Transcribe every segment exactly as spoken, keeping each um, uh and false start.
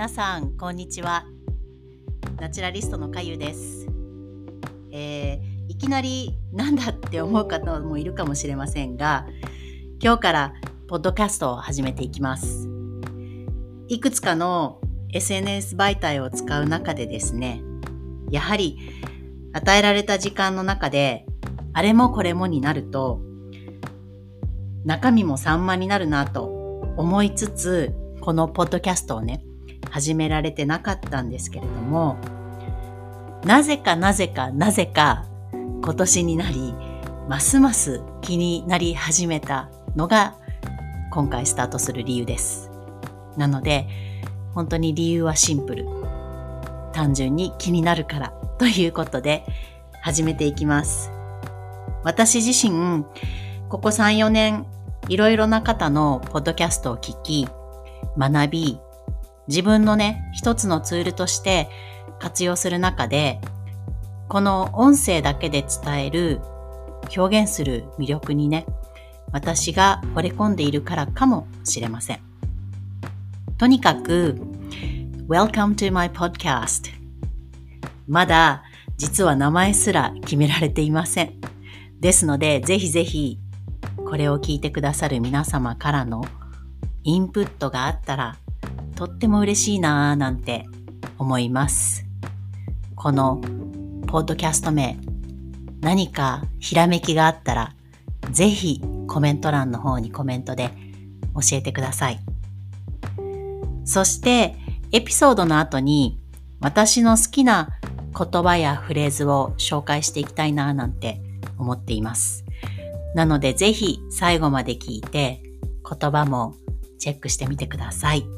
皆さんこんにちは。ナチュラリストのかゆです。えー、いきなりなんだって思う方もいるかもしれませんが、今日からポッドキャストを始めていきます。いくつかの エスエヌエス 媒体を使う中でですね、やはり与えられた時間の中であれもこれもになると中身も散漫になるなと思いつつ、このポッドキャストをね始められてなかったんですけれども、なぜかなぜかなぜか今年になりますます気になり始めたのが今回スタートする理由です。なので本当に理由はシンプル、単純に気になるからということで始めていきます。私自身ここ さん,よ 年いろいろな方のポッドキャストを聞き学び、自分のね一つのツールとして活用する中で、この音声だけで伝える表現する魅力にね私が惚れ込んでいるからかもしれません。とにかく Welcome to my podcast。 まだ実は名前すら決められていません。ですのでぜひぜひこれを聞いてくださる皆様からのインプットがあったらとっても嬉しいなぁなんて思います。このポッドキャスト名、何かひらめきがあったらぜひコメント欄の方にコメントで教えてください。そしてエピソードの後に私の好きな言葉やフレーズを紹介していきたいなぁなんて思っています。なのでぜひ最後まで聞いて言葉もチェックしてみてください。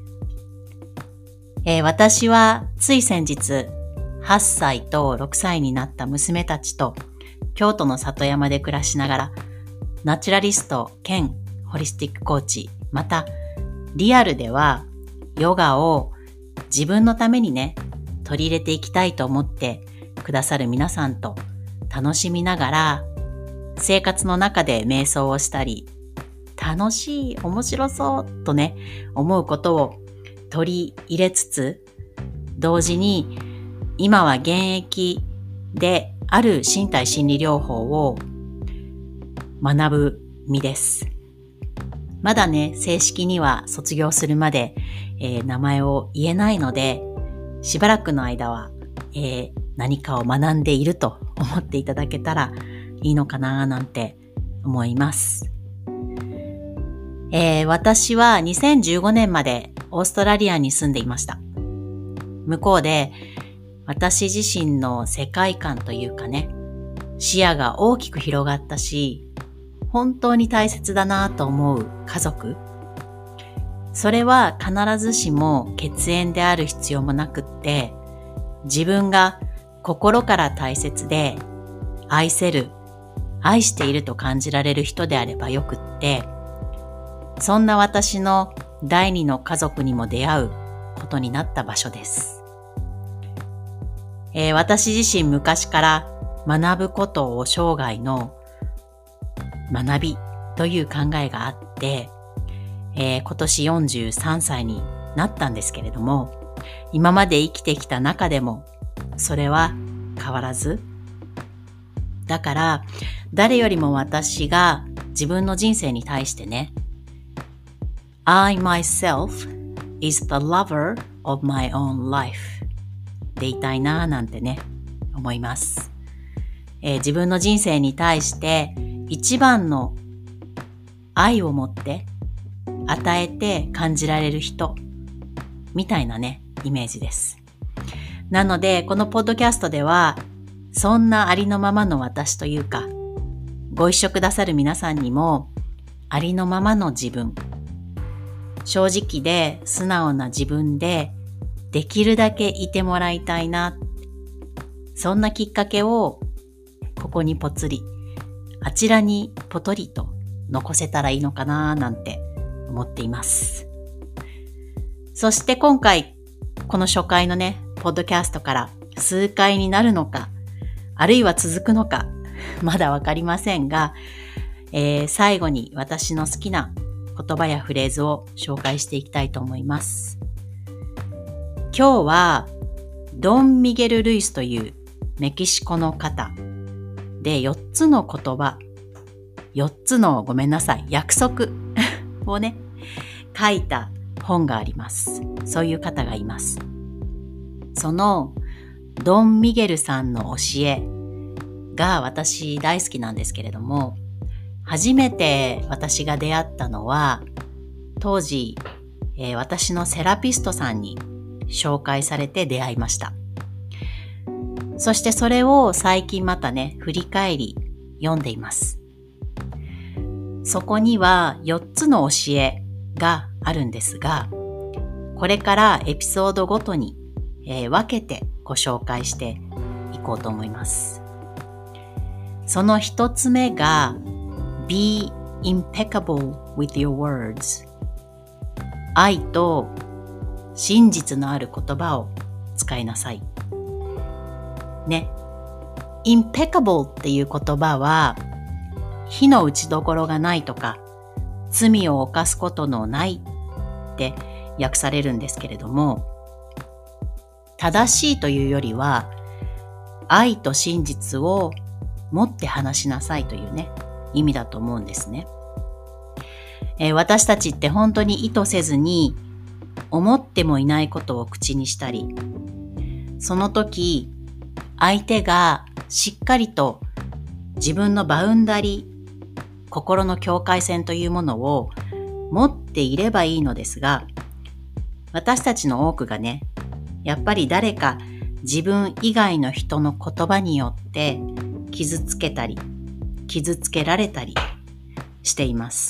えー、私はつい先日はっさいとろくさいになった娘たちと京都の里山で暮らしながらナチュラリスト兼ホリスティックコーチ、またリアルではヨガを自分のためにね取り入れていきたいと思ってくださる皆さんと楽しみながら生活の中で瞑想をしたり、楽しい、面白そうとね思うことを取り入れつつ、同時に今は現役である身体心理療法を学ぶ身です。まだね正式には卒業するまで、えー、名前を言えないので、しばらくの間は、えー、何かを学んでいると思っていただけたらいいのかななんて思います。えー、私はにせんじゅうごねんまでオーストラリアに住んでいました。向こうで私自身の世界観というかね、視野が大きく広がったし、本当に大切だなと思う家族。それは必ずしも血縁である必要もなくって、自分が心から大切で愛せる、愛していると感じられる人であればよくって、そんな私の第二の家族にも出会うことになった場所です。えー、私自身昔から学ぶことを生涯の学びという考えがあって、えー、今年よんじゅうさんさいになったんですけれども、今まで生きてきた中でもそれは変わらず、だから誰よりも私が自分の人生に対してね、I myself is the lover of my own life でいたいななんてね思います。えー、自分の人生に対して一番の愛を持って与えて感じられる人みたいなねイメージです。なのでこのポッドキャストではそんなありのままの私というか、ご一緒くださる皆さんにもありのままの自分、正直で素直な自分でできるだけいてもらいたいな、そんなきっかけをここにぽつり、あちらにぽとりと残せたらいいのかななんて思っています。そして今回この初回のねポッドキャストから数回になるのか、あるいは続くのかまだわかりませんが、えー、最後に私の好きな言葉やフレーズを紹介していきたいと思います。 今日はドン・ミゲル・ルイスというメキシコの方でよっつの言葉、よっつのごめんなさい、約束をね、書いた本があります。そういう方がいます。そのドン・ミゲルさんの教えが私大好きなんですけれども、初めて私が出会ったのは当時、えー、私のセラピストさんに紹介されて出会いました。そしてそれを最近またね、振り返り読んでいます。そこにはよっつの教えがあるんですが、これからエピソードごとに、えー、分けてご紹介していこうと思います。その一つ目が Be impeccable with your words。 愛と真実のある言葉を使いなさいね。 impeccable っていう言葉は非の打ちどころがないとか罪を犯すことのないって訳されるんですけれども、正しいというよりは愛と真実を持って話しなさいというね、意味だと思うんですね。えー、私たちって本当に意図せずに思ってもいないことを口にしたり、その時相手がしっかりと自分のバウンダリー、心の境界線というものを持っていればいいのですが、私たちの多くがね、やっぱり誰か自分以外の人の言葉によって傷つけたり傷つけられたりしています。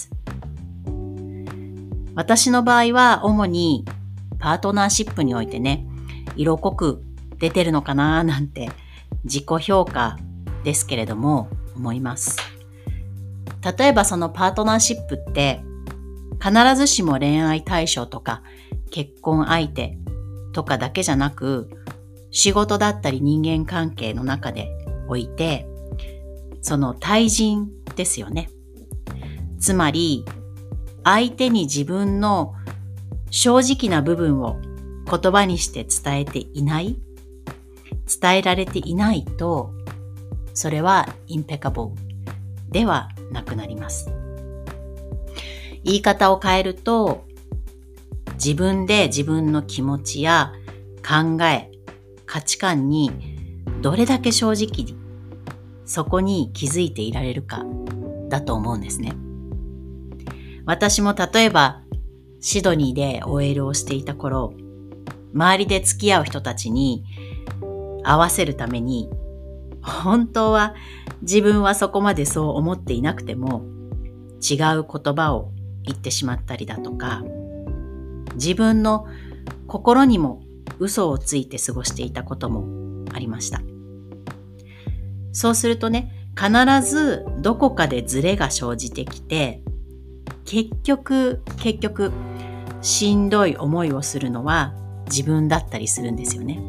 私の場合は主にパートナーシップにおいてね、色濃く出てるのかななんて自己評価ですけれども思います。例えばそのパートナーシップって必ずしも恋愛対象とか結婚相手とかだけじゃなく、仕事だったり人間関係の中でおいて、その対人ですよね。つまり相手に自分の正直な部分を言葉にして伝えていない、伝えられていないと、それはインペカブルではなくなります。言い方を変えると、自分で自分の気持ちや考え、価値観にどれだけ正直にそこに気づいていられるかだと思うんですね。私も例えばシドニーで オーエル をしていた頃、周りで付き合う人たちに合わせるために、本当は自分はそこまでそう思っていなくても違う言葉を言ってしまったりだとか、自分の心にも嘘をついて過ごしていたこともありました。そうするとね、必ずどこかでズレが生じてきて、結局、結局、しんどい思いをするのは自分だったりするんですよね。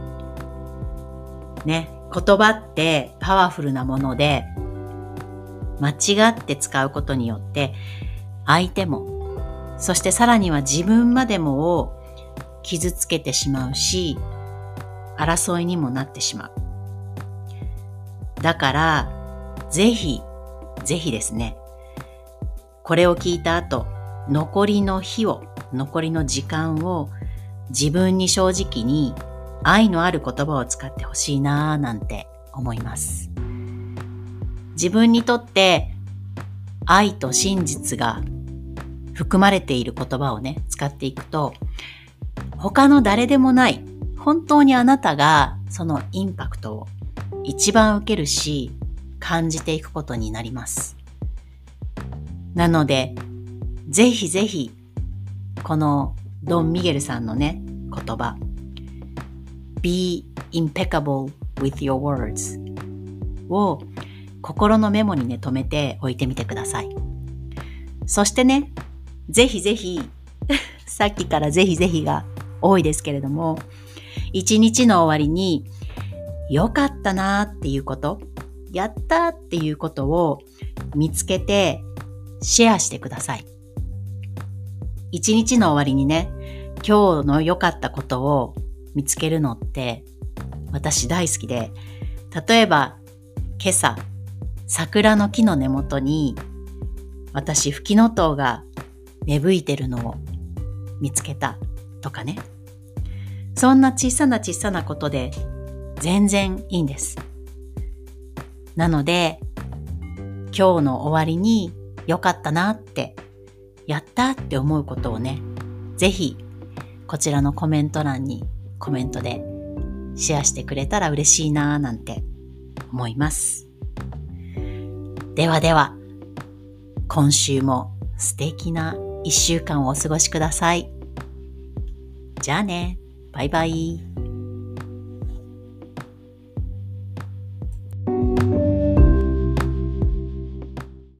ね、言葉ってパワフルなもので、間違って使うことによって、相手も、そしてさらには自分までもを傷つけてしまうし、争いにもなってしまう。だから、ぜひ、ぜひですね、これを聞いた後、残りの日を、残りの時間を自分に正直に愛のある言葉を使ってほしいなぁなんて思います。自分にとって愛と真実が含まれている言葉をね、使っていくと、他の誰でもない、本当にあなたがそのインパクトを一番受けるし、感じていくことになります。なので、ぜひぜひ、このドン・ミゲルさんのね、言葉、Be impeccable with your words を心のメモにね、留めておいてみてください。そしてね、ぜひぜひ、さっきからぜひぜひが多いですけれども、一日の終わりに、良かったなーっていうこと、やったーっていうことを見つけてシェアしてください。一日の終わりにね、今日の良かったことを見つけるのって私大好きで、例えば今朝桜の木の根元に私フキノトウが芽吹いてるのを見つけたとかね。そんな小さな小さなことで全然いいんです。なので今日の終わりに良かったなって、やったって思うことをね、ぜひこちらのコメント欄にコメントでシェアしてくれたら嬉しいななんて思います。ではでは、今週も素敵な一週間をお過ごしください。じゃあね、バイバイ。